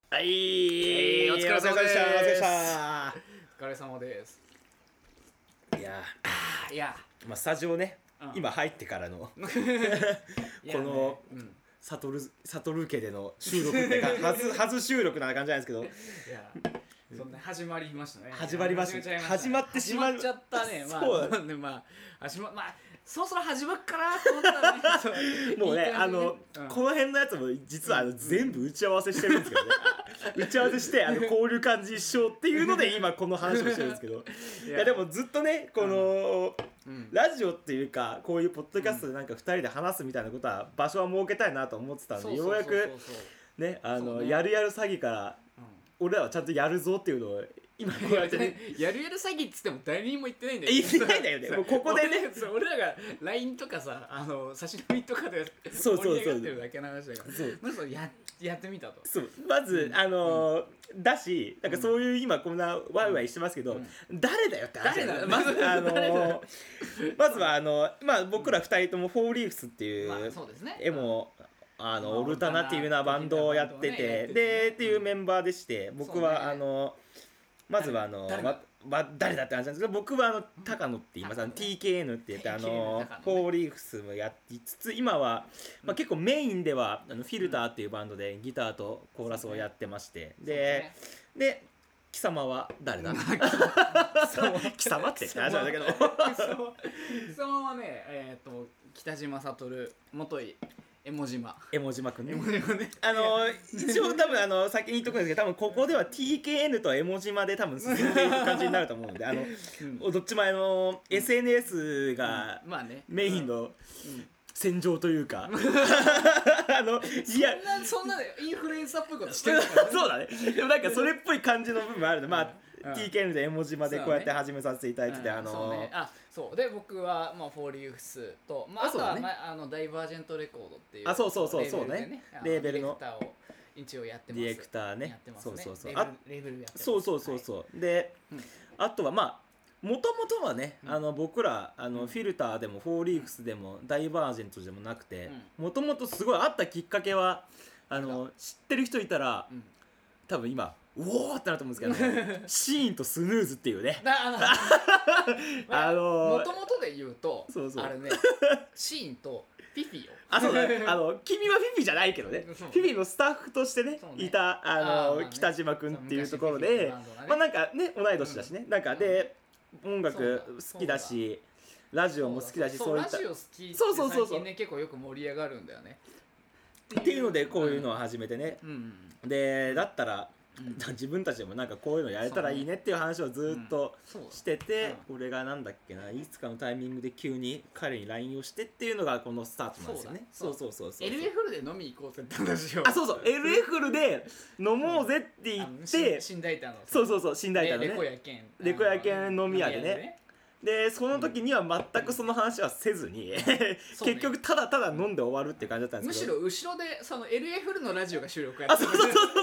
はい、 お疲れ様です。 お疲れ様です。 いやいや、 まあ、スタジオね、今入ってからのこのサトル家での収録ってか初収録な感じなんですけど、いやそんな始まりましたね。 始まってしまっちゃったね。 そうね、そろそろ始まっかなと思ったらね。 もうね、この辺のやつも実は全部打ち合わせしてるんですけどね。打ち合わせしてこういう感じにしようっていうので今この話をしてるんですけど、いやでもずっとねこのラジオっていうかこういうポッドキャストでなんか2人で話すみたいなことは場所は設けたいなと思ってたんで、ようやくねやる詐欺から俺らはちゃんとやるぞっていうのを今こうやってねやる詐欺っつっても誰にも言ってないんだよ。 言ってないんだよね。もうここでね俺らが LINE とかさ差し飲みとかで盛り上がってるだけの話だから、まずやってみたと。 そうまずだしなんかそういう今こんなワイワイしてますけど、誰だよって話だよ。まずまずはまあ僕ら2人ともフォーリーフスっていう絵もオルタナティブなバンドをやってて、でっていうメンバーでして、僕はまずは誰だって話なんですけど、僕は高野って言います。TKN って言ってフォーリーフスもやりつつ、今は結構メインではフィルターっていうバンドでギターとコーラスをやってまして、で貴様は誰だ？貴様って話なんだけど、 貴様はね北島悟元井エモ島くんね。一応多分先に言っとくんですけど、多分ここでは TKN とエモ島で多分進んでいく感じになると思うんで、どっちもSNS がメインの戦場というか、いやそんなインフルエンサーっぽいことしてるからね。 そうだね。でもなんかそれっぽい感じの部分もあるので、まあTKN でエモ島でこうやって始めさせていただいてて、 そうで僕はフォーリーフスとあとはダイバージェントレコードっていうそうねレーベルのディレクターを一応やってます。 ディレクターね。そうレーベルやってます。 そうであとはもともとはね僕らフィルターでもフォーリーフスでもダイバージェントでもなくて、もともとすごいあったきっかけは知ってる人いたら多分今うおーってなると思うんですけど、シーンとスヌーズっていうねもともとで言うとあれねシーンとフィフィよ。 そうだね。君はフィフィじゃないけどね、フィフィのスタッフとしてねいた北島くんっていうところで、なんかね同い年だしね、なんかで音楽好きだしラジオも好きだし、そういったラジオ好きって最近ね結構よく盛り上がるんだよねっていうので、こういうのを始めてね、でだったら自分たちでもなんかこういうのやれたらいいねっていう話をずっとしてて、俺がなんだっけないつかのタイミングで急に彼に LINE をしてっていうのがこのスタートなんですよね。そう LF で飲み行こうって話を LF で飲もうぜって言って新大田の新大田のねレコヤケン飲み屋でね、でその時には全くその話はせずに結局ただただ飲んで終わるっていう感じだったんですけど、 むしろ後ろでその LF のラジオが収録やってる。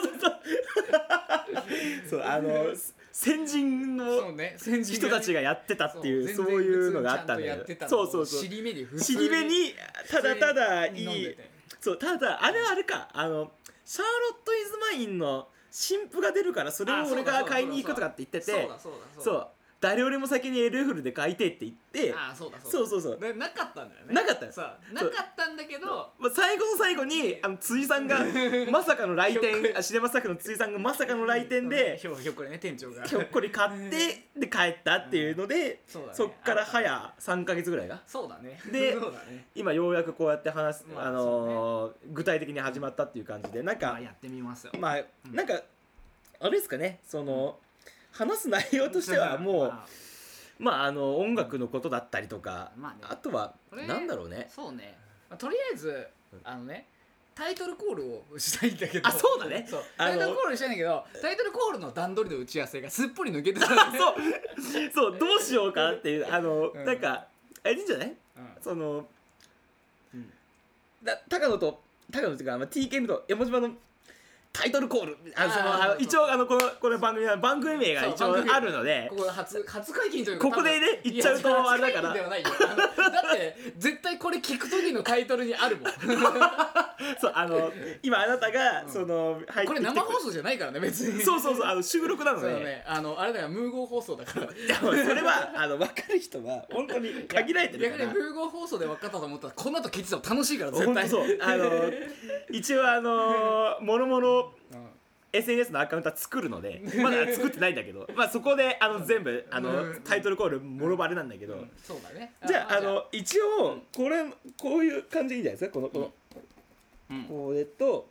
先人の人たちがやってたっていう、そういうのがあったんだけど、 尻目にただただいい、ただあれかシャーロット・イズ・マインの新譜が出るからそれを俺が買いに行くとかって言ってて、そう誰よりも先に LF で買いてって言って、そうなかったんだよね。 なかったんだけど、 最後の最後に辻さんがまさかの来店シネマスタッフの辻さんがまさかの来店でひょっこりね店長がひょっこり買ってで帰ったっていうので、そっから早3ヶ月ぐらいがそうだねで今ようやくこうやって話す具体的に始まったっていう感じで、なんかやってみますよ。 なんかあれですかね、話す内容としてはもう音楽のことだったりとか、あとはなんだろうね、 そうね、とりあえずタイトルコールをしたいんだけど、 そうだね、 タイトルコールしたいんだけど、タイトルコールの段取りの打ち合わせがすっぽり抜けてたんでそうどうしようかっていうなんかいいんじゃない、高野っていうかTKN とエモ島のタイトルコール一応この番組名が一応あるので、 ここ初解禁というか、 ここでね言っちゃうとあれだから、 ではないよだって絶対これ聞く時のタイトルにあるもんそう今あなたがその入ってきてこれ生放送じゃないからね別に。 そう収録なので、 そうね、あれだよ、無言放送だから。 いやそれは分かる人は本当に限られてるから。 逆に無言放送で分かったと思ったらこの後聞いてたら楽しいから絶対。 そう一応もろもろ SNS のアカウントは作るので、まだ作ってないんだけどまあそこで全部タイトルコールもろバレなんだけど、 そうだね。 じゃあ一応こういう感じでいいんじゃないですか、これと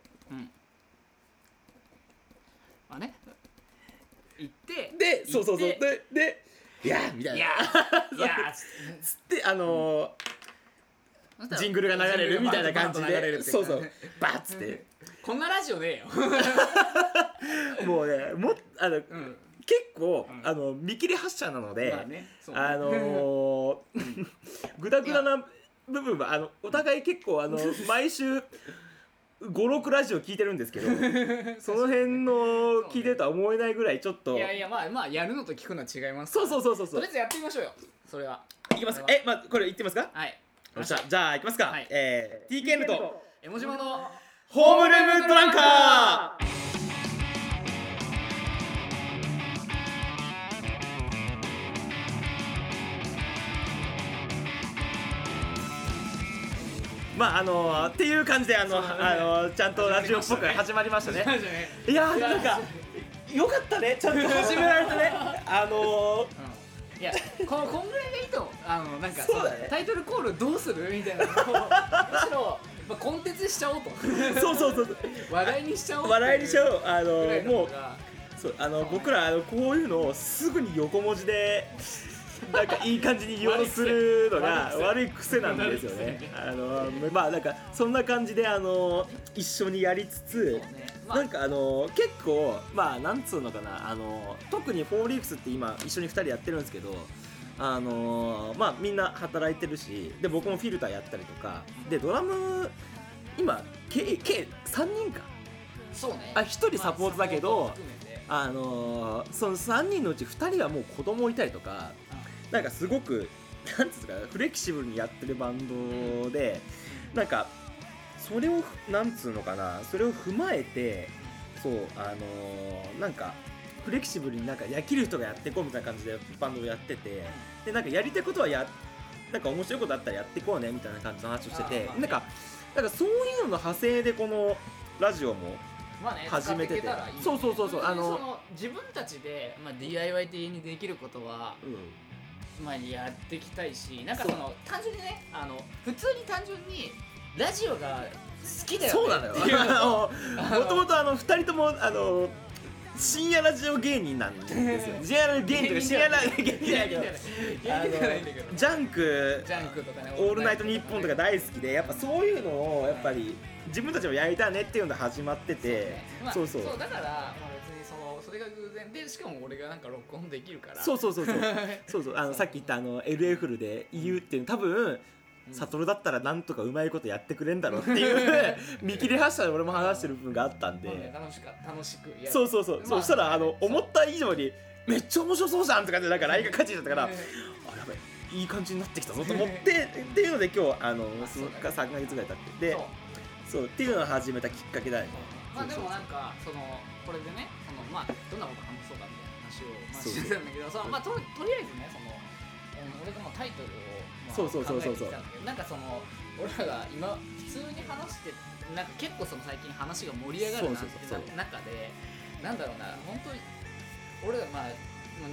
まあね行ってでそうでいやみたいな、いやつってジングルが流れるみたいな感じで、そうバッつってこんなラジオねえよもうね結構見切り発車なので、グダグダな部分はお互い結構毎週5,6ラジオ聞いてるんですけどその辺の聞いてるとは思えないぐらいちょっと、 いやまあやるのと聞くのは違います。 そうとりあえずやってみましょうよ。それはいきますか。これ言ってみますか。 はい、 じゃあいきますか。TKN と江ノ島のホームルームトランカー。まあっていう感じでちゃんとラジオっぽく始まりましたね。いやなんかよかったね、ちゃんと始められてね。 いやこんぐらいがいいと思う。なんかそうだね、 タイトルコールどうするみたいなのをむしろコンテンツしちゃおうと。 そう話題にしちゃおう。 もう僕らこういうのをすぐに横文字でなんかいい感じに言おうとするのが悪い癖なんですよね。まあなんかそんな感じで一緒にやりつつ、なんか結構まあなんつうのかな、特にフォーリーフスって今一緒に2人やってるんですけど、まあみんな働いてるし、で僕もフィルターやったりとかで、ドラム今計3人か。 そうね。 1人サポートだけど、その3人のうち2人はもう子供いたりとか、なんかすごくなんつうかフレキシブルにやってるバンドで、なんかそれをなんつうのかな、それを踏まえて、なんかフレキシブルになんかできる人がやっていこうみたいな感じでバンドをやってて、でなんかやりたいことはなんか面白いことあったらやっていこうねみたいな感じの話をしてて、なんかそういうのの派生でこのラジオも始めてて、そう自分たちでDIY 的にできることはやっていきたいし、なんか単純にね、普通に単純にラジオが好きだよね。 そうなのよ。もともと2人とも深夜ラジオ芸人なんですよ。深夜芸人とか深夜ラジオ芸人だけど、ジャンクとかね、 オールナイトニッポンとか大好きで、やっぱそういうのをやっぱり自分たちもやりたいねっていうのが始まってて、 そうだから別にそれが偶然で、しかも俺がなんか録音できるから、 そうさっき言った LF で言うっていうの、多分サトルだったらなんとかうまいことやってくれんだろうっていう見切り発車で俺も話してる部分があったんで、 楽しくやる。 そうそしたら思った以上にめっちゃ面白そうじゃんとかでなんか LINE が返ってきちゃったから、やばい、いい感じになってきたぞと思ってっていうので、今日3ヶ月ぐらい経ってで、そうっていうのを始めたきっかけだよね。 でもなんかこれでね、どんなこと話そうかみたいな話をしてたんだけど、とりあえずね、俺がタイトルを考えてきたんだけど、なんか俺らが今普通に話して、なんか結構最近話が盛り上がるなって中で、なんだろうな、本当に俺らもう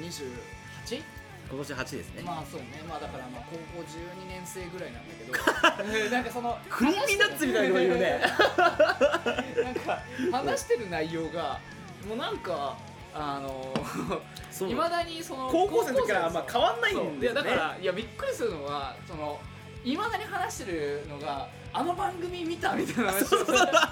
28？ 今年8ですね。 そうね。だから高校12年生ぐらいなんだけどなんかクリーピーナッツみたいなこと言うねなんか話してる内容がもうなんかいまだに高校生の時から変わんないんだよね。 だからびっくりするのはいまだに話してるのが番組見たみたいな話を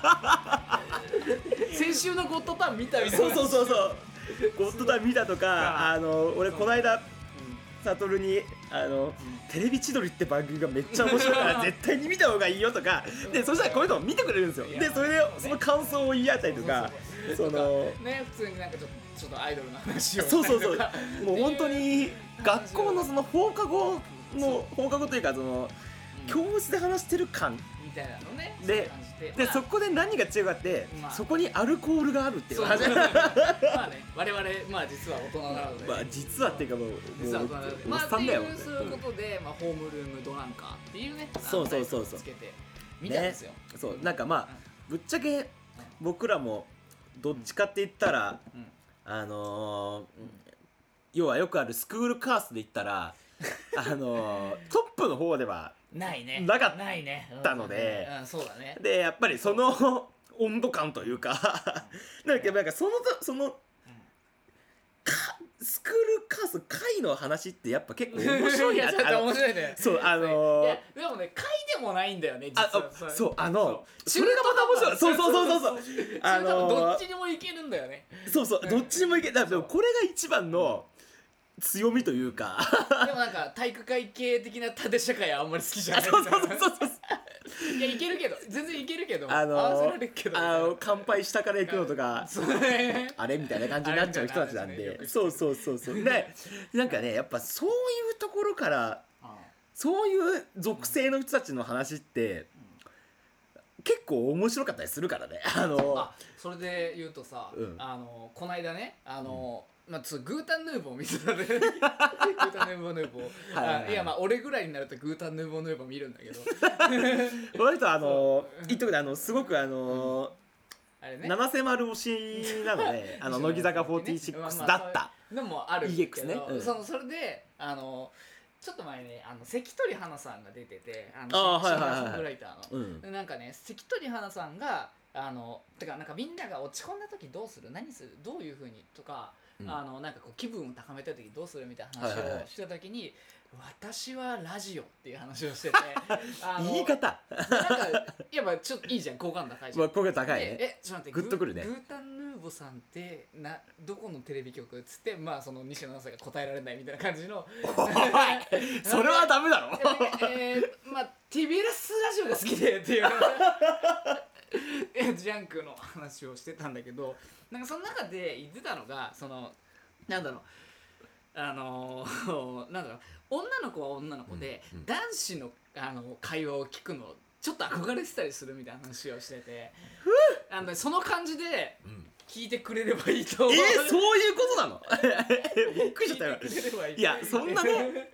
先週のゴッドタン見たみたいな。 そうゴッドタン見たとか、俺この間サトルにテレビ千鳥って番組がめっちゃ面白いから絶対に見た方がいいよとかで、そしたらこういうのを見てくれるんですよ。でそれでその感想を言い合ったりとか、そのね、普通になんかちょっとアイドルの話をそうもう本当に学校のその放課後というか、その教室で話してる感みたいなのねでそこで何が違うかって、そこにアルコールがあるっていう話。 まあね、我々実は大人なので、 実はっていうかもう実は大人なので、っていうそういうことで、ホームルームドランカーっていうね、 そうつけて見たんですよ。 そうなんかぶっちゃけ僕らもどっちかって言ったら要はよくあるスクールカーストで言ったらトップの方ではないねなかったので、 そうだね。 でやっぱりその温度感というかなんかそのスクールカースト会の話ってやっぱ結構面白いなって。 面白いね。 そういやでもね、会でもないんだよね、実は。 そうそれがまた面白い。そうどっちにもいけるんだよね。 そうどっちにもいける。でもこれが一番の強みというかでもなんか体育会系的な縦社会はあんまり好きじゃない。 そういや、いけるけど、全然いけるけど、合わせられるけど、 乾杯下から行くのとかあれみたいな感じになっちゃう人たちなんで、そうでなんかね、やっぱそういうところからそういう属性の人たちの話って結構面白かったりするからね。 それで言うとさ、こないだね、グータンヌーボー見てたね。グータンヌーボー。いや、俺ぐらいになるとグータンヌーボー見るんだけど。 この人言っとくけどすごく七瀬丸推しなので乃木坂46だったのもあるけど、 EX ね。 それでちょっと前ね、関取花さんが出てて、シンはいガーソングライターの、でなんかね、関取花さんがてかなんかみんなが落ち込んだ時どうする、何する、どういうふうにとか、なんかこう気分を高めたい時どうするみたいな話をしてた時に、私はラジオっていう話をしてて言い方なんかやっぱちょっといいじゃん、好感度高いじゃん。 好感度高いね。 ちょっと待って、 グッとくるね。 グータンヌーボさんってどこのテレビ局っつって、その西野七瀬が答えられないみたいな感じのそれはダメだろ。 TBS ラジオが好きでっていうジャンクの話をしてたんだけど、なんかその中で言ってたのが、なんだろう、女の子は女の子で、男子の会話を聞くのちょっと憧れてたりするみたいな話をしてて、その感じで聞いてくれればいいと思う。 そういうことなの？びっくりしちゃったよ。いや、そんなね、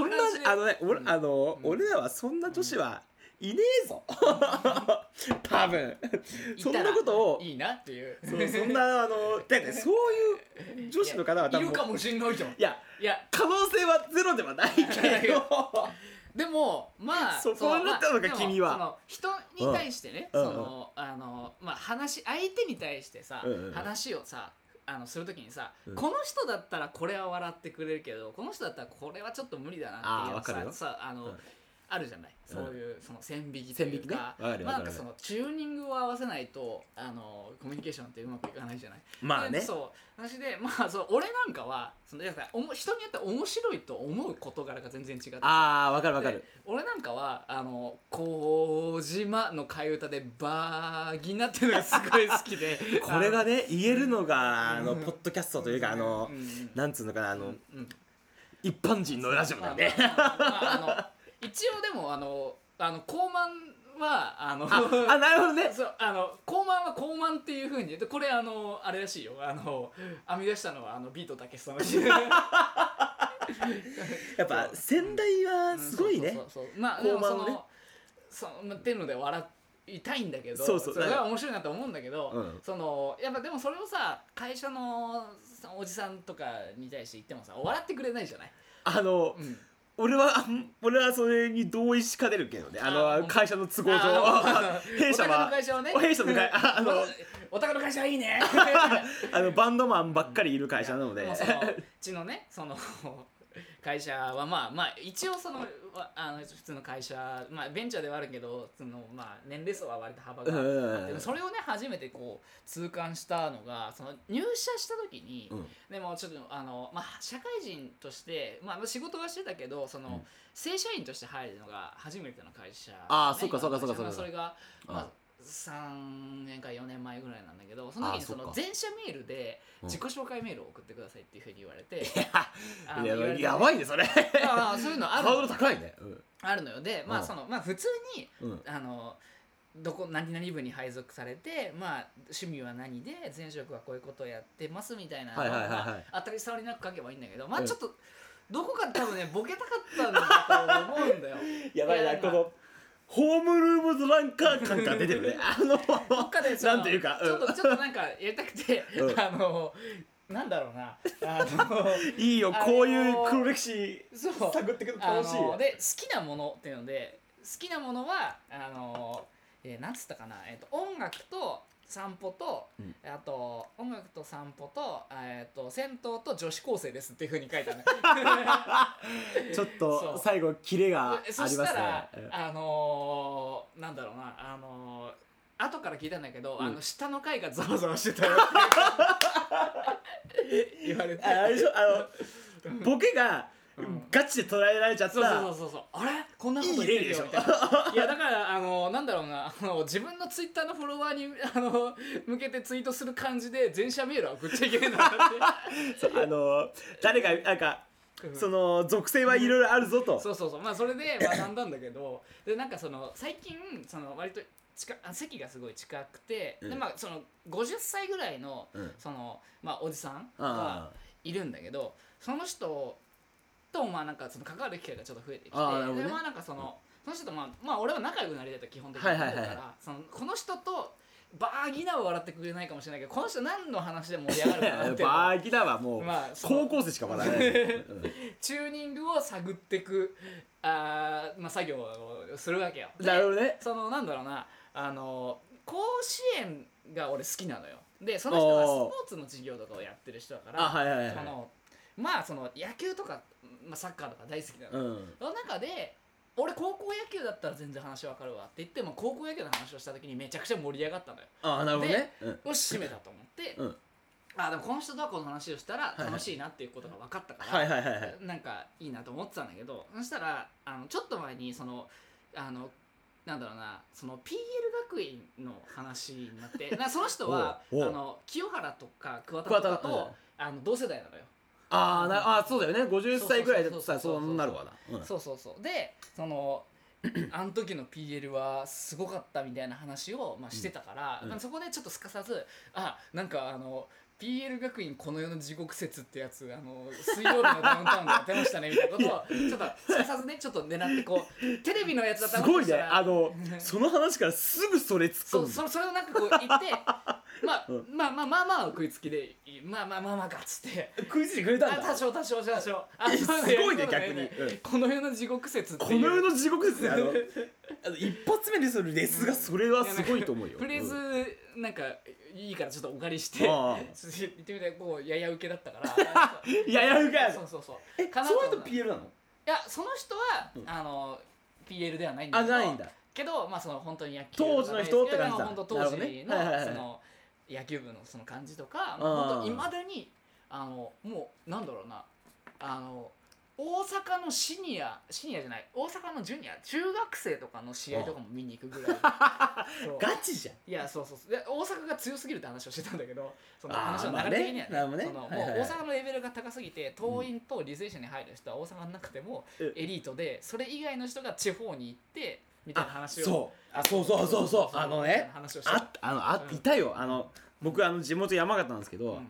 俺らはそんな女子はいねえぞ。多分そんなことをいいなっていう。 そんなだってそういう女子の方は多分いるかもしんないじゃん。 いや可能性はゼロではないけどでもそこになったのか、君は人に対してね、相手に対してさ、話をさするときにさ、この人だったらこれは笑ってくれるけど、この人だったらこれはちょっと無理だなっていうさあるじゃない、そういうその線引きというか、なんかそのチューニングを合わせないとコミュニケーションってうまくいかないじゃない。 まあね。 そう話で、俺なんかは人によって面白いと思う事柄が全然違って、 わかる。 俺なんかは小島の替え歌でバーギナっていうのがすごい好きでこれがね言えるのがポッドキャストというかなんつうのかな、一般人のラジオなんで一応でも高慢はなるほどね。 そう高慢は高慢っていう風に言って、これあれらしいよ、編み出したのはビートたけしさんらしいやっぱ先代はすごいね。 高慢をねっていうので笑いたいんだけど、それは面白いなと思うんだけど、やっぱでもそれをさ、会社のおじさんとかに対して言ってもさ、笑ってくれないじゃない。 俺はそれに同意しかねるけどね、会社の都合上弊社はお宅の会社はいいねバンドマンばっかりいる会社なので、 うちのね会社はまあ一応その普通の会社、まあベンチャーではあるけどそのまあ年齢層は割と幅があって、それをね初めてこう痛感したのがその入社した時に、でもちょっとまあ社会人としてまあ仕事はしてたけどその、正社員として入るのが初めての会社、 そっかそれがまあ3年か4年前ぐらいなんだけど、その時にその全社メールで自己紹介メールを送ってくださいっていうふうに言われて、 やばいねそれそういうのある、 ハードル高いね、 あるのよ。でまあそのまあ普通に何々部に配属されて、まあ趣味は何で前職はこういうことをやってますみたいなのが当たり障りなく書けばいいんだけど、まあちょっとどこか多分ねボケたかったんだと思うんだよ。 やばいな、このホームルームドランカー感が出てるねどっかでなんていうか、 ちょっとなんかやりたくて、なんだろうな、 いいよ、こういう黒歴史探ってくると楽しいよ。 で好きなものっていうので、好きなものはなんつったかな、音楽と散歩と、あと音楽と散歩と銭湯と女子高生ですっていう風に書いたねちょっと最後キレがありますね。 そしたらなんだろうな、後から聞いたんだけど、下の階がザワザワしてたよって言われて、 あれでしょ、ボケがガチで捉えられちゃった。 そうあれこんなこと言ってるよみたいな。いやだからなんだろうな、自分のツイッターのフォロワーに向けてツイートする感じで全社メールは送っちゃいけないんだってそう誰がなんかその属性はいろいろあるぞと。 そうまあそれで学んだんだけど、でなんかその最近その割と席がすごい近くて、でまあその50歳ぐらいのそのまあおじさんがいるんだけど、その人とまあなんかその関わる機会がちょっと増えてきて、でまあなんかその人とまあ俺は仲良くなりたいと基本的に思うから、この人とバーギナーは笑ってくれないかもしれないけど、この人何の話で盛り上がるかなってバーギナーはもう高校生しか笑わないチューニングを探っていくまあ作業をするわけよ。 なるほどね。 そのなんだろうな、甲子園が俺好きなのよ。でその人はスポーツの授業とかをやってる人だから、まあその野球とか、まあ、サッカーとか大好きなの、その中で俺高校野球だったら全然話わかるわって言っても、高校野球の話をした時にめちゃくちゃ盛り上がったのよ。 なるほどね。 よし締めたと思って、でもこの人とはこの話をしたら楽しいなっていうことが分かったから、なんかいいなと思ってたんだけど、そしたらちょっと前にそのなんだろうな、その PL 学院の話になってその人は清原とか桑田とかと同世代なのよ。 そうだよね、50歳ぐらいだとさそうなるわな。 そうでそのあの時の PL はすごかったみたいな話をまあしてたから、そこでちょっとすかさずなんかPL 学院この世の地獄説ってやつ水曜日のダウンタウンでやってましたねみたいなことをちょっとすかさずねちょっと狙ってこうテレビのやつだったらすごいね、その話からすぐそれ突っ込む。 それをなんかこう言ってまあ食いつきでまあかっつって食いついてくれたんだ。 多少すごいね逆に。 この世の地獄説っていう、 この世の地獄説ね、一発目にするレスがそれはすごいと思うよ。 フレーズなんかいいからちょっとお借りして言ってみて、こうやや受けだったからやや受けやそうそういう人 PL なの？ いやその人はPL ではないんだけど、 ないんだけどまあその本当に野球当時の人って感じだ。 本当当時のその野球部のその感じとか、本当いまだにもうなんだろうな、大阪のシニアじゃない、大阪のジュニア中学生とかの試合とかも見に行くぐらいガチじゃん。 いやそうで大阪が強すぎるって話をしてたんだけど、その話の流れ的にはね、もう大阪のレベルが高すぎて桐蔭と履正社に入る人は大阪になくてもエリートで、それ以外の人が地方に行ってみたいな話をそういたよ。僕地元山形なんですけど、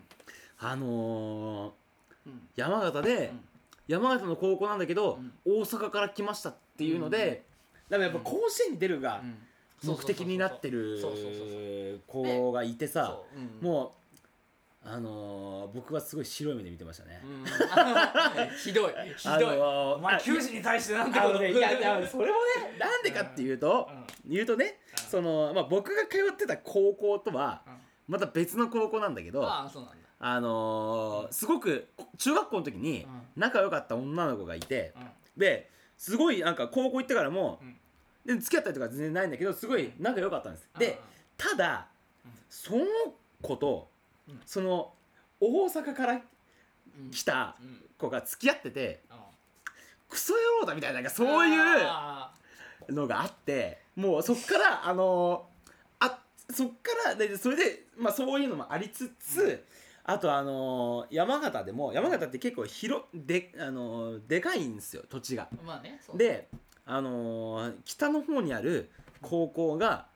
山形で山形の高校なんだけど大阪から来ましたっていうので、だからやっぱ甲子園に出るが目的になってる子がいてさ、もう僕はすごい白い目で見てましたね。 ひどいお前球児に対してなんてこと。 いやそれもね、なんでかっていうとね、その僕が通ってた高校とはまた別の高校なんだけど、 すごく中学校の時に仲良かった女の子がいて、ですごいなんか高校行ってからも、で付き合ったりとか全然ないんだけどすごい仲良かったんです。でただその子とその大阪から来た子が付き合ってて、クソ野郎だみたいな、なんかそういうのがあって、もうそっからそっからでそれでまあそういうのもありつつ、あと山形でも、山形って結構でかいんですよ土地が。 まあね、そうで北の方にある高校が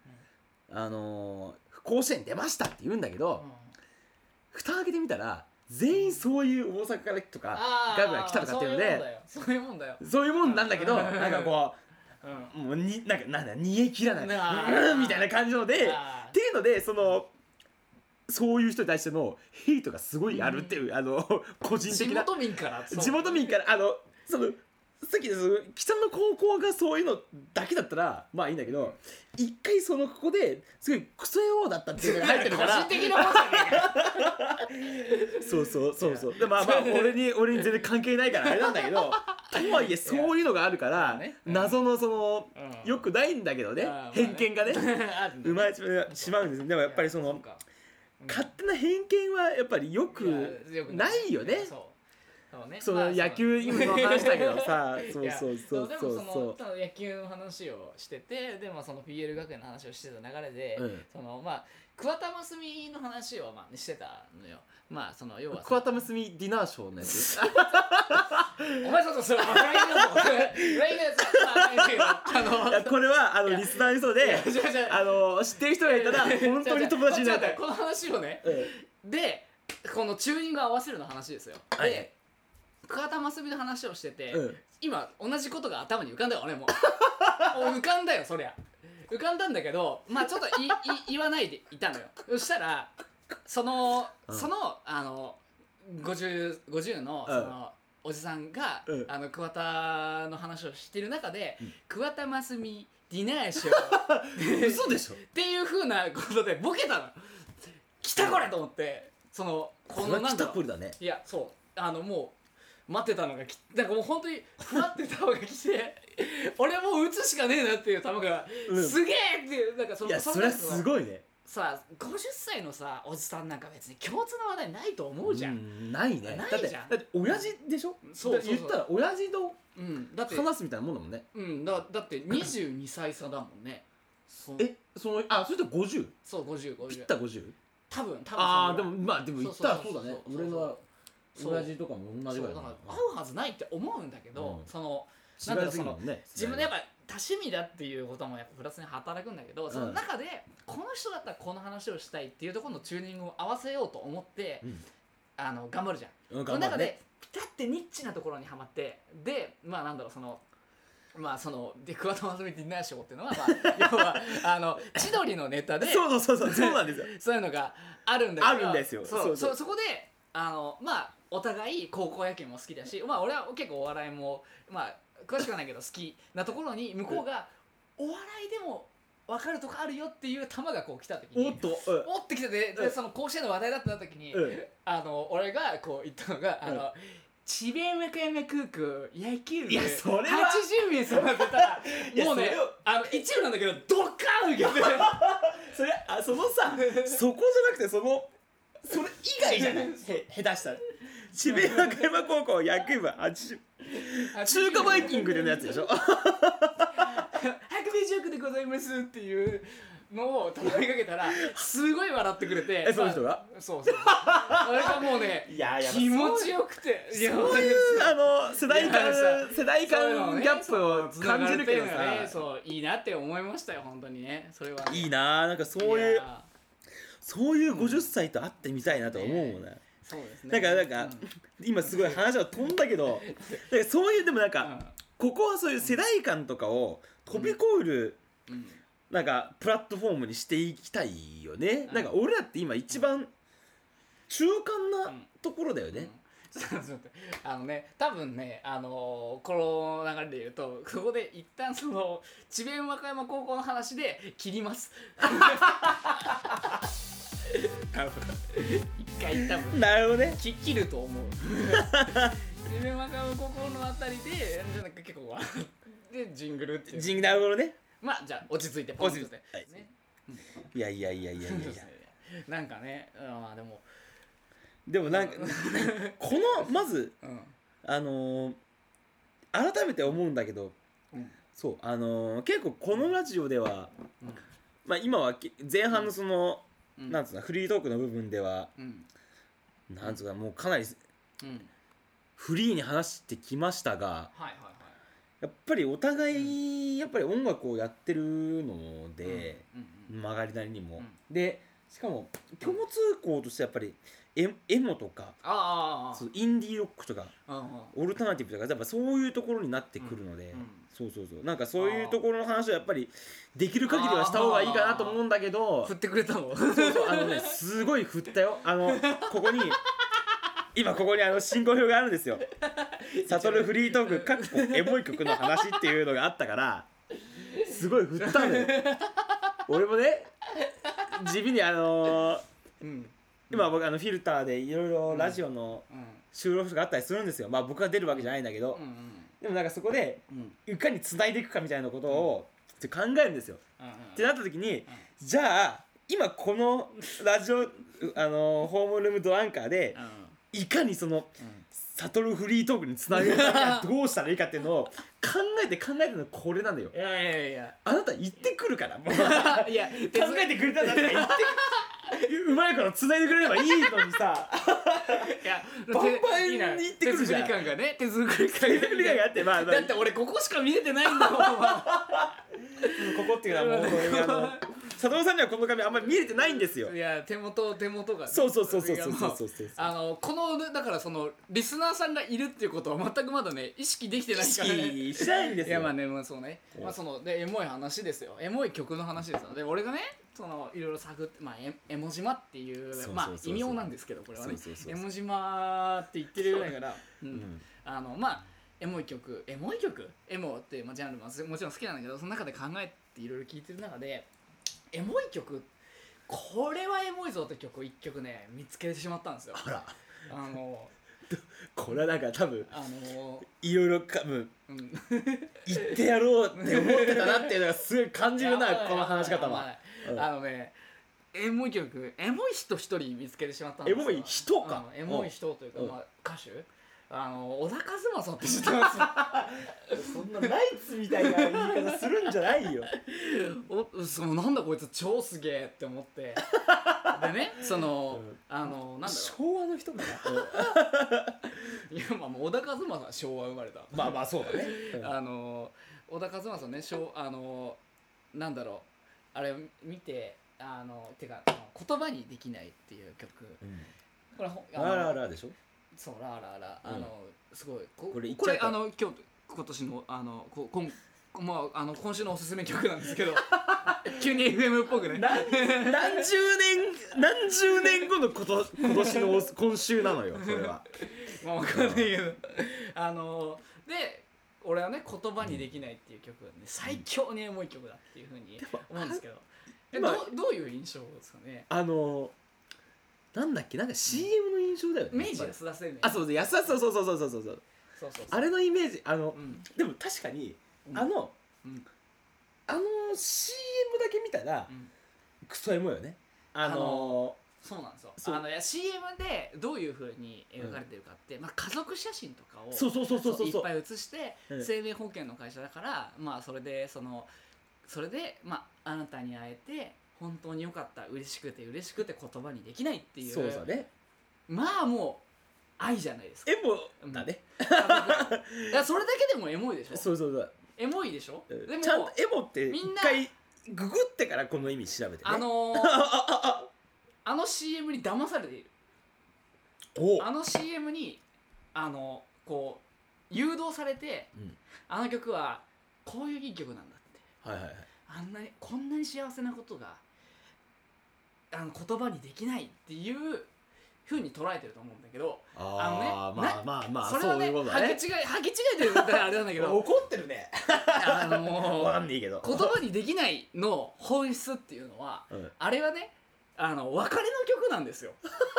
甲子園出ましたって言うんだけど、蓋開けてみたら全員そういう大阪からとか外部が来たとかっていうので、 そういうもんだよ、 そういうもんなんだけど、なんかこうもうなんだ煮え切らないみたいな感じのでっていうので、そういう人に対してのヘイトがすごいあるっていう、個人的な地元民からさっき北の高校がそういうのだけだったらまあいいんだけど、一回ここですごいクソ野郎だったっていうのが入ってるから個人的なもんじゃねえかそうでまあ俺に全然関係ないからあれなんだけどとはいえそういうのがあるから謎のよくないんだけどね、偏見がね生まれてしまうんです。でもやっぱり勝手な偏見はやっぱりよくないよね。その野球今の話だけどさ、 でも野球の話をしてて、でもその PL 学園の話をしてた流れで、まあ桑田真澄の話をまあしてたのよ。まあ要は桑田真澄ディナーショーのやつお前それフライングだぞいやこれはリスナーの人で知ってる人がいたら本当に友達になりたい。 この話をね、でこのチューニング合わせるの話ですよ。で桑田真澄の話をしてて、今同じことが頭に浮かんだよ俺も浮かんだよ、そりゃ浮かんだんだけど、まあちょっと言わないでいたのよ。そしたら50のおじさんが桑田の話をしてる中で、桑田真澄ディナーショー嘘でしょっていう風なことでボケたの。来たこれと思って、このなんだろう、いやそうもう待ってたのがなんかもう本当に待ってたのが来て俺もう打つしかねえなっていう球が、すげえっていう、なんかいやそれはすごいね。 さあ50歳のさおじさんなんか別に共通の話題ないと思うじゃん。 ないね。だって親父でしょ。言ったら親父と話すみたいなもんだもんね。 だって22歳差だもんね。 それって50？ そう50 切った 50？ 多分でもまあでも言ったらそうだね。俺の親父とかも同じぐらいだから合うはずないって思うんだけど、 違いすぎるもんね。 自分でやっぱ多趣味だっていうこともやっぱプラスに働くんだけど、その中でこの人だったらこの話をしたいっていうところのチューニングを合わせようと思って頑張るじゃん。その中でピタってニッチなところにはまって、でまあなんだろう、で桑田真澄ディナーショーっていうのは、要は千鳥のネタでそうなんですよそういうのがあるんだけど、 あるんですよ。 そこでまあお互い高校野球も好きだし、まあ俺は結構お笑いもまあ詳しくはないけど好きなところに、向こうがお笑いでも分かるとこあるよっていう球がこう来た時におってきてて、でその甲子園の話題だった時に、俺がこう言ったのが智弁和歌山空港野球部80名様ってたらもうね一部なんだけどドッカーン受けてそれそこじゃなくてそれ以外じゃない下手したら智弁和歌山高校野球部80中華バイキングでのやつでしょ白米ジョークでございますっていうのを頼みかけたらすごい笑ってくれて、 その人がそうあれがもうね気持ちよくて、 そういう世代間ギャップを感じるけどさ、 そういいなって思いましたよ本当にね。それはねいいな、なんかそういう50歳と会ってみたいなと思うもんね。 そうですね。 なんか今すごい話は飛んだけど、そういうでもなんかここはそういう世代間とかを飛び越えるなんかプラットフォームにしていきたいよね。なんか俺らって今一番中間なところだよね。 多分ねこの流れで言うとここで一旦智弁和歌山高校の話で切ります。 回多分なるほどね。 切ると思うでまたここのあたりでなんか結構笑ってジングルっていうなるほどね。 まあじゃあ落ち着いてポンとして、 はいね、 いやなんかね、まあでもなんかこのまず改めて思うんだけど、そう結構このラジオでは、まあ今は前半のその、なんつうのフリートークの部分では、なんつうかもうかなり、フリーに話してきましたが、やっぱりお互いやっぱり音楽をやってるので、曲がりなりにも、でしかも共通項としてやっぱりエモとかインディーロックとかオルタナティブとかやっぱそういうところになってくるので、そうなんかそういうところの話はやっぱりできる限りはした方がいいかなと思うんだけど、 振ってくれたのすごい振ったよ。ここに今ここに進行表があるんですよ。サトルフリートークかっこエモい曲の話っていうのがあったからすごい振ったのよ俺もね地味に今僕フィルターでいろいろラジオの収録とかあったりするんですよ。まあ僕が出るわけじゃないんだけど、でもなんかそこでいかに繋いでいくかみたいなことを考えるんですよ。ってなった時に、じゃあ今このラジオホームルームドアンカーでいかにそのサトルフリートークにつなげるかどうしたらいいかっていうのを考えてるのこれなんだよ。 いやあなた言ってくるからもういや考えてくれたんだったら言ってうまいから繋いでくれればいいのにさいやバンバンに言ってくるじゃん。 手作り感がね手作り感があって、まあだって俺ここしか見えてないんだもんここっていうのはもう佐藤さんにはこの紙あんまり見えてないんですよ。 いや手元が、ね、 そうこのだからそのリスナーさんがいるっていうことは全くまだね意識できてないからね。 意識しないんですよ。 いやまあね、まあそうね、まあそのでエモい話ですよ。エモい曲の話ですよ。で俺がねそのいろいろ探ってまあエモ島っていうまあ異名なんですけどこれはねエモ島って言ってるぐらいからまあエモい曲エモってまあジャンルももちろん好きなんだけどその中で考えていろいろ聴いてる中でエモい曲これはエモいぞって曲を1曲ね見つけてしまったんですよ。 あらこれはなんか多分いろいろ言ってやろうって思ってたなっていうのがすごい感じるなこの話し方は。 エモい曲エモい人一人見つけてしまったんですよ。 エモい人かエモい人というかまあ歌手小田和正って知ってますそんなナイツみたいな言い方するんじゃないよなんだこいつ超すげえって思ってでねその、なんだろう昭和の人かないやまあ小田和正は昭和生まれたまあそうだね、 小田和正ねなんだろうあれ見ててか言葉にできないっていう曲、これララでしょ。 そうラすごいこれ今年の今週のおすすめ曲なんですけど急に FM っぽくね何十年後の今年の今週なのよそれはまあ分かんないけどで俺はね言葉にできないっていう曲がね最強にエモい曲だっていうふうに思うんですけどどういう印象ですかね。 なんだっけなんか CM の印象だよね。 明治安田生命。 そう安田そうあれのイメージでも確かにCM だけ見たらクソエモいよね。 そうなんですよ。CM でどういう風に描かれてるかって、まあ家族写真とかをいっぱい写して生命保険の会社だからまあそれでまああなたに会えて本当に良かった嬉しくて言葉にできないっていうそうだね。 まあもう愛じゃないですか。 エモだね。 いやそれだけでもエモいでしょ。 そうエモいでしょ。でもちゃんとエモって一回ググってからこの意味調べてね。 CM に騙されている。CM にこう誘導されて、あの曲はこういういい曲なんだって。こんなに幸せなことが言葉にできないっていう風に捉えてると思うんだけど、 まあそれはねそういうこと履ね。 き違えてるからあれなんだけど怒ってるね。 もうわかんないけど言葉にできないの本質っていうのは、あれはね別れの曲なんですよ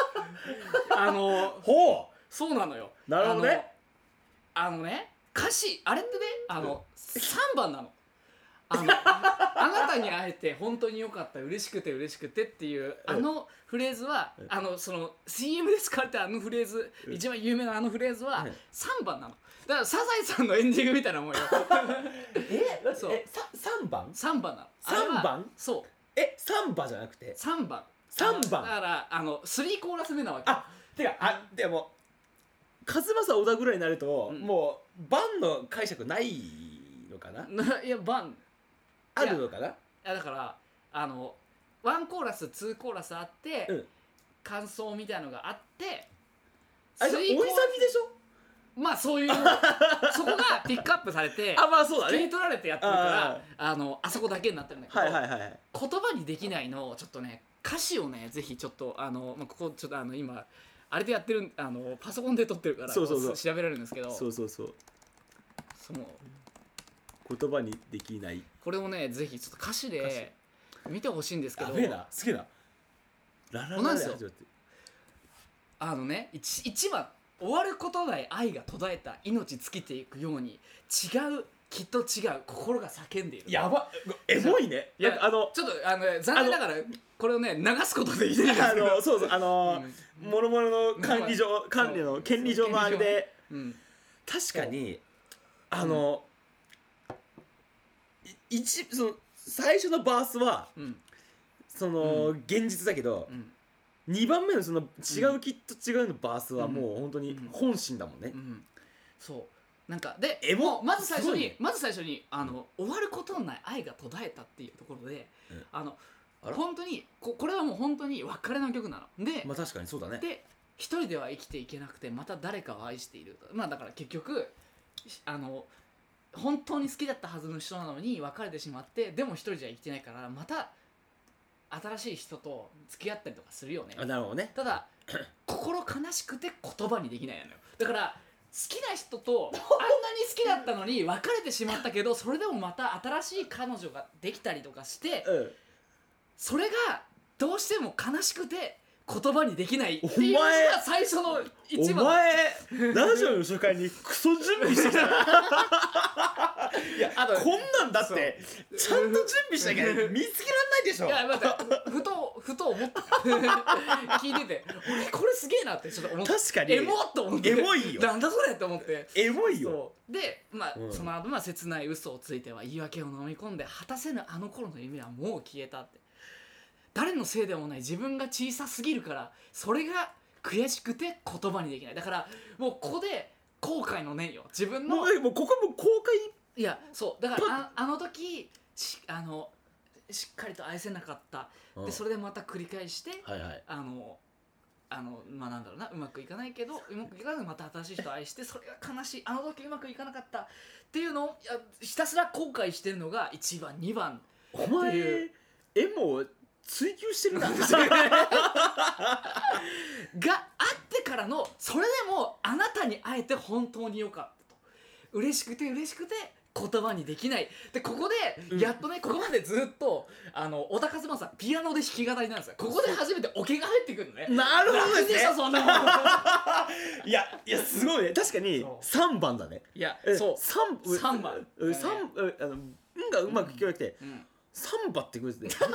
ほそうなのよ。 なるほどね。 歌詞あれってね3番なの。あなたに会えて本当に良かった、嬉しくて嬉しくてっていうフレーズはその CM で使われたフレーズ、一番有名なフレーズは3番なの。だからサザエさんのエンディングみたいなもんよそう 3番 3番なの。 3番そう 3番じゃなくて 3番 3番だから3コーラス目なわけ。 てかでも和正小田ぐらいになると、もう番の解釈ないのかな。 いや番あるのかな。いやだから1コーラス2コーラスあって、感想みたいなのがあって追いサビでしょ。 まあそういうそこがピックアップされてまあそうだね、 切り取られてやってるからあそこだけになってるんだけど、 言葉にできないのをちょっとね、歌詞をねぜひちょっとここちょっと今あれでやってるパソコンで撮ってるから調べられるんですけど、 その言葉にできないこれをねぜひちょっと歌詞で見てほしいんですけど、 やべえな、すげえな。ラララで始まってる。 1番終わることない愛が途絶えた、命尽きていくように違う、きっと違う、心が叫んでいる。 やばエモいね。 いやちょっと残念ながらこれをね流すことできないんですけどそうもろもろの管理上管理の権利上のあれで、確かにその最初のバースはその現実だけど、2番目のその違う、きっと違うのバースはもう本当に本心だもんね。 そうなんかでまず最初に終わることのない愛が途絶えたっていうところで、本当にこれはもう本当に別れの曲なので、 確かにそうだね。 で一人では生きていけなくてまた誰かを愛していると、だから結局本当に好きだったはずの人なのに別れてしまって、でも一人じゃ生きてないからまた新しい人と付き合ったりとかするよね。 なるほどね。 ただ心悲しくて言葉にできないのよ。だから好きな人とあんなに好きだったのに別れてしまったけど、それでもまた新しい彼女ができたりとかして、それがどうしても悲しくて言葉にできないっていうのが最初の一番。 お前ラジオの初回にクソ準備してきたいやこんなんだってちゃんと準備しなきゃ見つけられないでしょ。 いや待ってふと思った聞いてて俺これすげえなってちょっと思った。 確かにエモっと思って、 エモいよ。 なんだそれって思って、 エモいよ。 でその後切ない嘘をついては言い訳を飲み込んで、果たせぬあの頃の夢はもう消えたって、誰のせいでもない自分が小さすぎるからそれが悔しくて言葉にできない。だからもうここで後悔の念よ、自分のもうここも後悔。 いやそうだからあの時しっかりと愛せなかった、でそれでまた繰り返して、なんだろうな、うまくいかないけどうまくいかないまた新しい人を愛して、それが悲しい、あの時うまくいかなかったっていうのをひたすら後悔してるのが1番2番お前エモを追求してるながあってからの、それでもあなたに会えて本当に良かったと、嬉しくて言葉にできないで、ここでやっとね、ここまでずっと小田和正さんピアノで弾き語りなんですよ。ここで初めてオケが入ってくるのね。 なるほどですね。 そんなもんいやすごいね。確かに3番だね。 いやそう3番がうまく聞こえなくて3番ってくるんですね。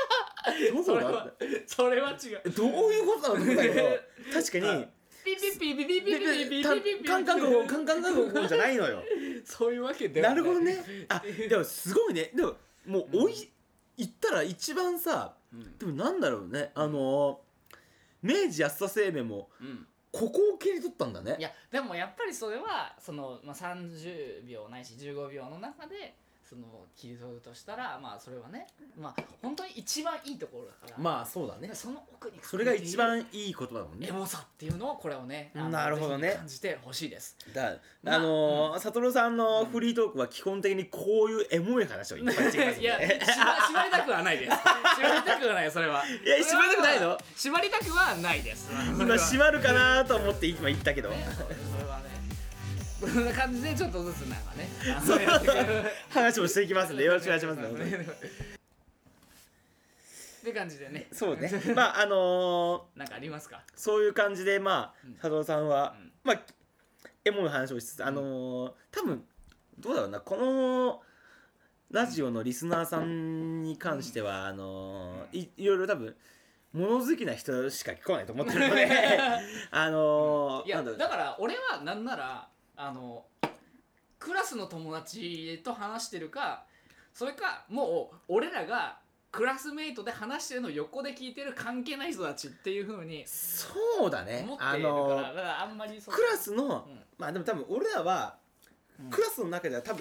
それは違う。 どういうことなのだけど、確かにピピピピピピピピピピピカンカンじゃないのよ。 そういうわけではない。 なるほどね。でもすごいね。でももう言ったら一番さ、でもなんだろうね、明治安田生命もここを切り取ったんだね。 いやでもやっぱりそれはその30秒ないし15秒の中でその切り取るとしたら、それはね、本当に一番いいところだから、 そうだね。 その奥にそれが一番いい言葉だもんね。 エモさっていうのをこれをね、 なるほどね、 感じてほしいです。 悟さんのフリートークは基本的にこういうエモい話をいっぱいしてきますんで。 いや縛りたくはないです。縛りたくはないそれは。 いや縛りたくないの？ 縛りたくはないです。 今縛るかなと思って今言ったけど。 それはね。こんな感じでちょっとずつなんかね話もしていきますんでよろしくお願いします。 って感じでね。 そうね。まあなんかありますか。 そういう感じでまあ佐藤さんは、 うんまあエモの話をしつつ多分どうだろうな、このラジオのリスナーさんに関してはいろいろ多分物好きな人しか聞こないと思ってるのでいやだから俺はなんならクラスの友達と話してるか、それかもう俺らがクラスメイトで話してるのを横で聞いてる関係ない人たちっていう風にそうだね。 思ってるから、だからあんまりクラスの、まあでも多分俺らは、クラスの中では多分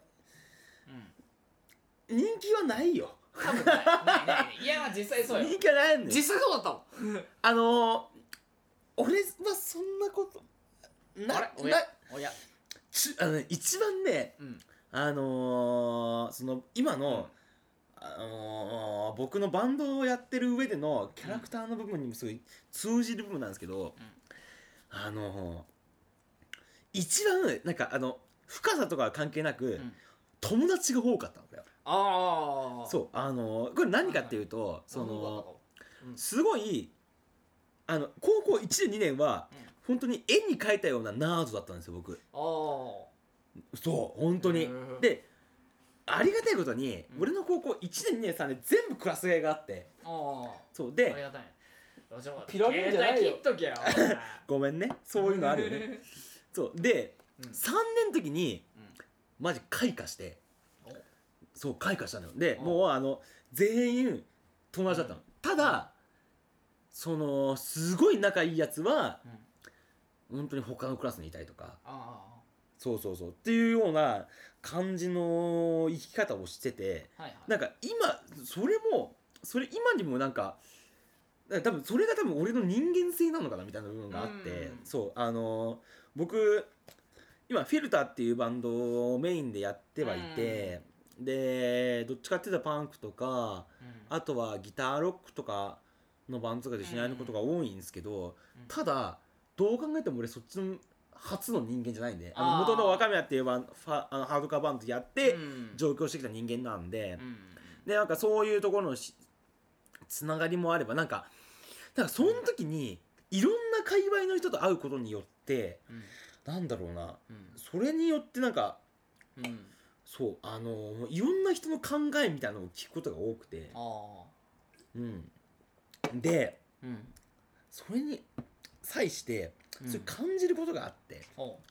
人気はないよ。 多分ないいや実際そうよ。 人気はないんだよ。 実際そうだったもん。 俺はそんなこと一番ね、その今の、僕のバンドをやってる上でのキャラクターの部分にもすごい通じる部分なんですけど、一番なんか深さとかは関係なく、友達が多かったんだよ。そうこれ何かっていうと、すごい高校1年2年は、本当に絵に描いたようなナードだったんですよ僕。そう本当に。でありがたいことに、俺の高校1年2年3年全部クラス替えがあって、そうでありがたい。 ピラミッドじゃないよ。 切っとけよごめんね、そういうのあるよねそうで、3年の時にマジ開花して、そう開花したのよ。でもう全員友達だったの。ただそのすごい仲いいやつは、本当に他のクラスにいたりとか、そうっていうような感じの生き方をしてて、なんか今それ今にもなんか多分それが多分俺の人間性なのかなみたいな部分があって、そう僕今フィルターっていうバンドをメインでやってはいて、でどっちかっていうとパンクとか、あとはギターロックとかのバンドとかでしないことが多いんですけど、ただどう考えても俺そっちの初の人間じゃないんで、元の若宮っていうハードカーバンドやって上京してきた人間なんで、でなんかそういうところのつながりもあれば、なんかその時にいろんな界隈の人と会うことによって、なんだろうな、それによってなんか、そういろんな人の考えみたいなのを聞くことが多くて、で、それに際してそれ感じることがあって、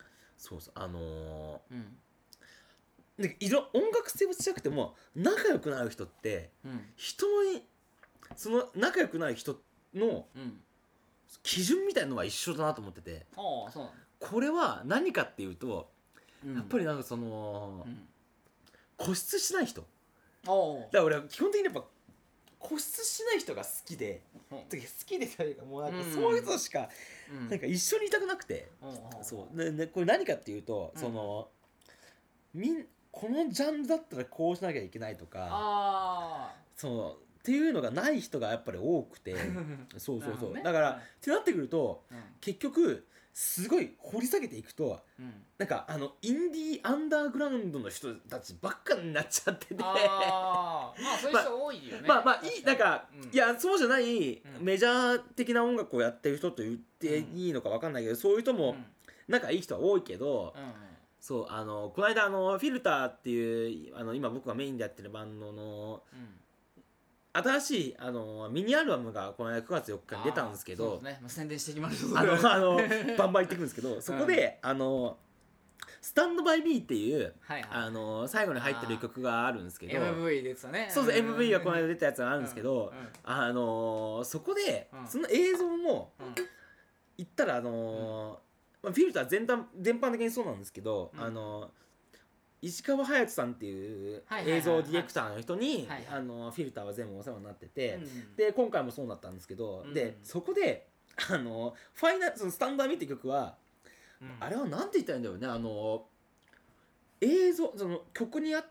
なんか音楽性はしなくても仲良くなる人って、人にその仲良くなる人の基準みたいなのは一緒だなと思ってて、これは何かっていうと、やっぱりなんかその、固執しない人だから俺は基本的にやっぱ固執しない人が好きで、好きでというかもうなんかそういう人しかなんか一緒にいたくなくて、そうでこれ何かっていうと、そのこのジャンルだったらこうしなきゃいけないとか、そうっていうのがない人がやっぱり多くてそうだからってなってくると、結局すごい掘り下げていくと、なんかインディーアンダーグラウンドの人たちばっかになっちゃってて、 まあそういう人多いよね。 いいなんか、いやそうじゃないメジャー的な音楽をやってる人と言っていいのか分かんないけど、そういう人も仲いい人は多いけど、そうこの間フィルターっていう今僕がメインでやってるバンドの新しいミニアルバムがこの間9月4日に出たんですけど、 宣伝してきましょう。 バンバン言ってくるんですけど、そこでスタンドバイミーっていう最後に入ってる曲があるんですけど、 MV ですよね。 そう MV がこの間出たやつがあるんですけど、そこでその映像も言ったらフィルター全般的にそうなんですけど、石川隼人さんっていう映像ディレクターの人にフィルターは全部お世話になってて、で今回もそうなったんですけど、でそこでファイナルそのスタンドバイミーって曲は、あれはなんて言ったらいいんだろうね、映像その曲に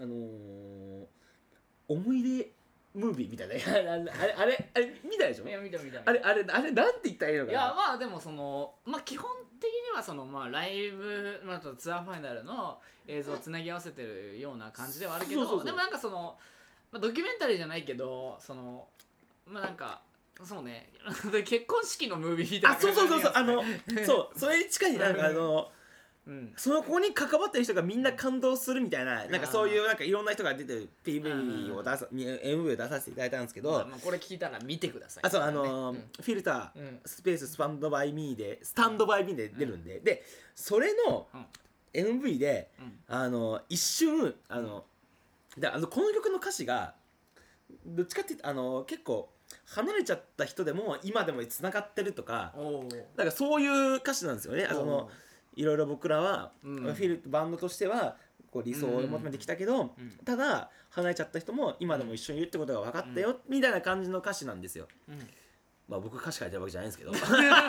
思い出ムービーみたいなあれ見たでしょ。 いや見たあれなんて言ったらいいのかな。 いやでもその基本的にはそのライブツアーファイナルの映像をつなぎ合わせてるような感じではあるけど、でもなんかそのドキュメンタリーじゃないけど、そのまあなんかそうねで結婚式のムービーみたいなそうそうそれに近いなんかその子に関わってる人がみんな感動するみたいな、なんかそういうなんかいろんな人が出てる PV をMV を出させていただいたんですけど、 まあこれ聞いたら見てください。 そうフィルタースペーススタンドバイミーで出るんで、でそれの MV で一瞬この曲の歌詞がどっちかっていうと結構離れちゃった人でも今でもつながってるとか、なんかそういう歌詞なんですよね。いろいろ僕らは、バンドとしてはこう理想を求めてきたけど、ただ離れちゃった人も今でも一緒にいるってことが分かったよ、みたいな感じの歌詞なんですよ。まあ僕歌詞書いてるわけじゃないんですけど、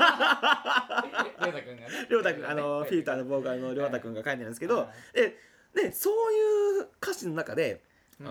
亮太くんフィルターのボーカルの亮太くんが書いてるんですけど、でそういう歌詞の中で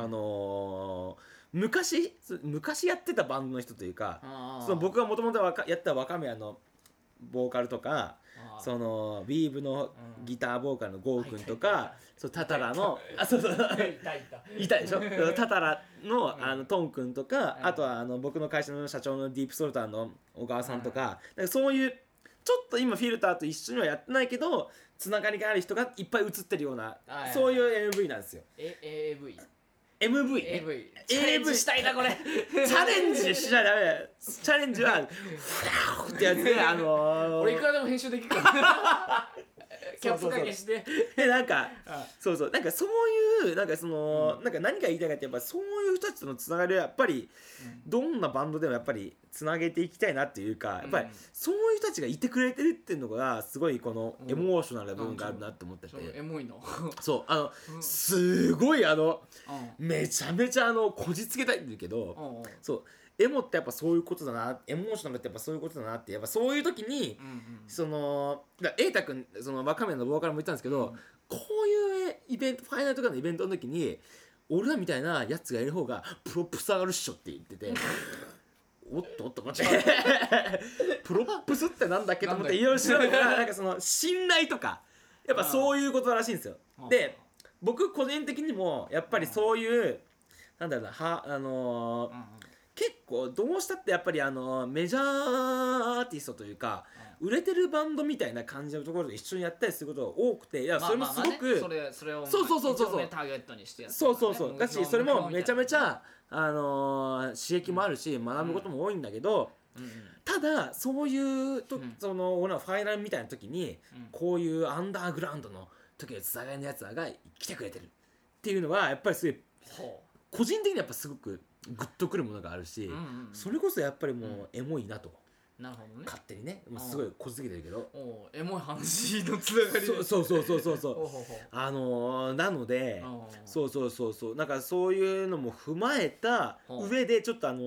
昔やってたバンドの人というか、その僕がもともとやった若宮のボーカルとか、そのウィーブのギターボーカルのゴーくんとか、タタラのいたでしょタタラのトンくんとか、あとは僕の会社の社長のディープソルターの小川さんとか、そういうちょっと今フィルターと一緒にはやってないけどつながりがある人がいっぱい映ってるような、そういう MV なんですよ。MV チャレンジしたいなこれチャレンジしちゃダメだよ。チャレンジはフラーってやつで俺いくらでも編集できるからキャップかけしてでなんかなんかそういうなんかなんか何が言いたいかってやっぱそういう人たちとのつながりはやっぱりどんなバンドでもやっぱりつなげていきたいなっていうか、やっぱりそういう人たちがいてくれてるっていうのがすごいこのエモーショナルな部分があるなと思ってて、 エモいのすごいめちゃめちゃこじつけたいんだけど、エモってやっぱそういうことだな、エモーショナルってやっぱそういうことだなって、やっぱそういう時に瑛太君若宮のボーカルも言ったんですけど、こういうイベントファイナルとかのイベントの時に俺らみたいなやつがいる方がプロップス上がるっしょって言ってておっと待ってプロップスってなんだっけと思っていろいろ調べたらなんか信頼とかやっぱそういうことらしいんですよ。で僕個人的にもやっぱりそういうなんだろうな結構どうしたってやっぱりメジャーアーティストというか売れてるバンドみたいな感じのところで一緒にやったりすることが多くて、いやそれもすごくそれをそうターゲットにしてやってそうだし、それもめちゃめちゃ刺激もあるし学ぶことも多いんだけど、ただそういう俺らファイナルみたいな時にこういうアンダーグラウンドの時でつながりのやつらが来てくれてるっていうのはやっぱりすごい個人的にやっぱすごくグッとくるものがあるし、それこそやっぱりもうエモいなと。 なるほどね。 勝手にね、もうすごいこじつけてるけど、 エモい話のつながりでそうなのでなんかそういうのも踏まえた上でちょっと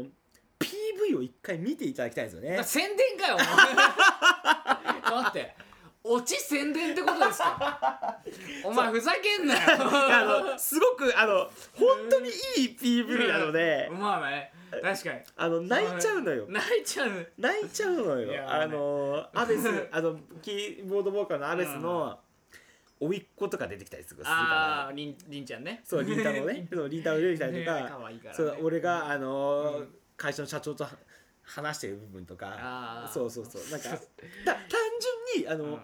PV を一回見ていただきたいんですよね。 宣伝かよ待ってオチ宣伝ってことですかお前ふざけんなよすごく本当にいい PV なのでまあね確かに泣いちゃうのよ。 泣いちゃうのよ。アベスキーボードボーカルのアベスの甥っ子とか出てきたりするからりんちゃんね。 そうりんたろねりんたろ出てきたりとか俺が会社の社長と話してる部分とかそうなんか単純に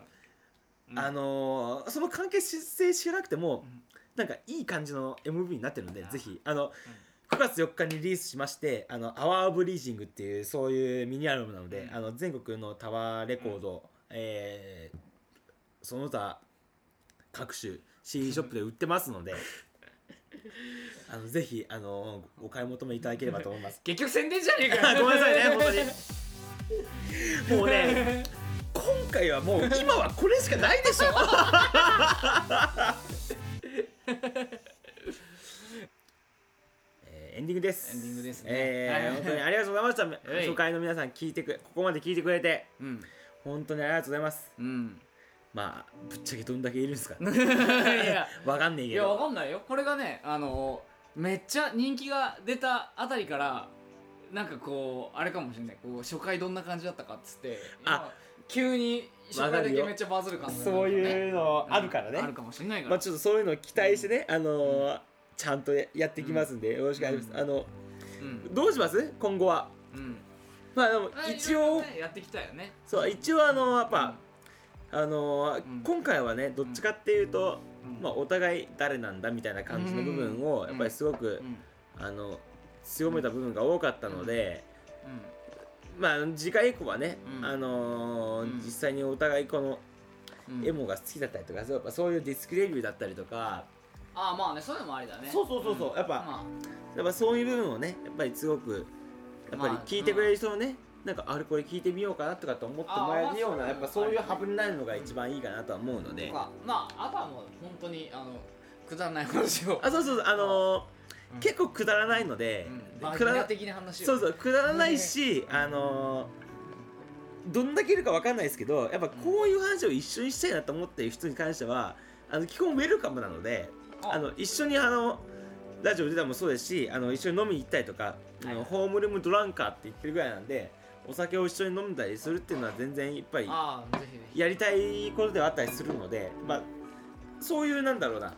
その関係性知らなくてもなんかいい感じの MV になってるので、ぜひ9月4日にリリースしましてHour of Reaching っていうそういうミニアルバムなので、全国のタワーレコード、その他各種 CD ショップで売ってますのでぜひお買い求めいただければと思います。 結局宣伝じゃねえかごめんなさいね本当にもうね今回はもう今はこれしかないでしょエンディングです。 ね。 本当にありがとうございました。初回の皆さんここまで聞いてくれて、本当にありがとうございます。まあぶっちゃけどんだけいるんですか。わかんないけど。 いやわかんないよ。これがねめっちゃ人気が出たあたりからなんかこうあれかもしれない。こう初回どんな感じだったかっつって。急に初回だけめっちゃバズる感じ、 そういうのあるからね。 あるかもしれないから。 まあちょっとそういうのを期待してねちゃんとやっていきますんでよろしくお願いします。どうします今後はまあでも一応やってきたよね。 そう一応やっぱ今回はねどっちかっていうとまあお互い誰なんだみたいな感じの部分をやっぱりすごく強めた部分が多かったので、まあ次回以降はね実際にお互いこのエモが好きだったりとかやっぱそういうディスクレビューだったりとか、 まあねそういうのもありだね。 そうやっぱそういう部分をねやっぱりすごくやっぱり聞いてくれる人をねなんかあれこれ聞いてみようかなとかと思ってもらえるようなやっぱそういうハブになるのが一番いいかなとは思うので、 まああとはもう本当にくだらない話を結構くだらないのでバギナ的な話をそうくだらないしどんだけいるかわかんないですけどやっぱこういう話を一緒にしたいなと思っている人に関しては基本ウェルカムなので一緒にラジオ出たもそうですし一緒に飲みに行ったりとかホームルームドランカーって言ってるぐらいなんでお酒を一緒に飲んだりするっていうのは全然いっぱいやりたいことではあったりするので、まあ、そういうなんだろうな、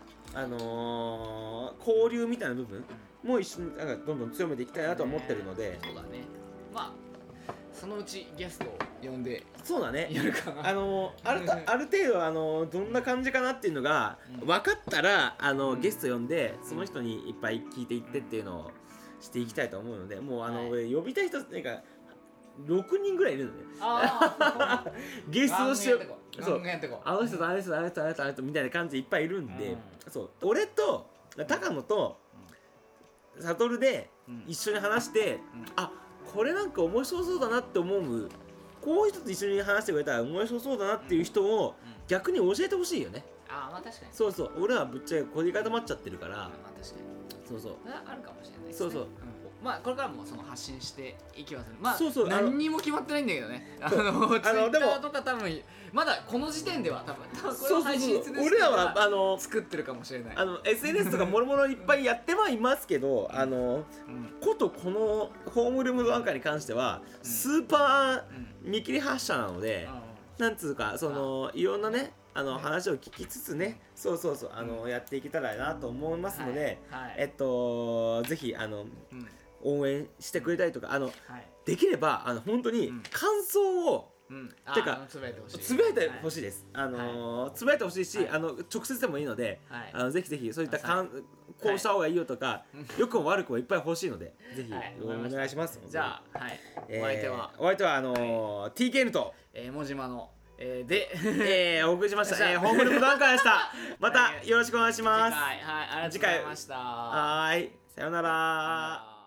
交流みたいな部分も一緒になんかどんどん強めていきたいなと思ってるので、 そうだね。まあそのうちゲストを呼んでそうだねやるかな。 ある程度どんな感じかなっていうのが分かったらゲスト呼んでその人にいっぱい聞いていってっていうのをしていきたいと思うので、もう呼びたい人なんか6人ぐらいいるのね。ゲストとしてそうあの人とあの人とあの人とあの人とあの人みたいな感じでいっぱいいるんで、そう俺と高野と悟で一緒に話して、これなんか面白そうだなって思うこういう人と一緒に話してくれたら面白そうだなっていう人を逆に教えてほしいよね。 まあ確かにそう俺はぶっちゃけ凝り固まっちゃってるから、 まあ確かにそうあるかもしれないですね。 そうまあこれからもその発信していきますね。まあ何にも決まってないんだけどね。ツイッターとか多分まだこの時点では多分これを配信する俺らは作ってるかもしれない。 SNS とかもろもろいっぱいやってはいますけどことこのホームルームドランカーに関してはスーパー見切り発車なので、なんつうかいろんなね話を聞きつつねやっていけたらなと思いますので、ぜひ応援してくれたりとかできれば本当に感想をてかつぶやいてほしいです。つぶやいてほしいし直接でもいいのでぜひぜひそういったこうした方がいいよとか良くも悪くもいっぱい欲しいのでぜひお願いします。 じゃあお相手は TKN ともじまのでお送りしました。ホームルームドランカーでした。またよろしくお願いします。 ありがとうございました。 はい、さようなら。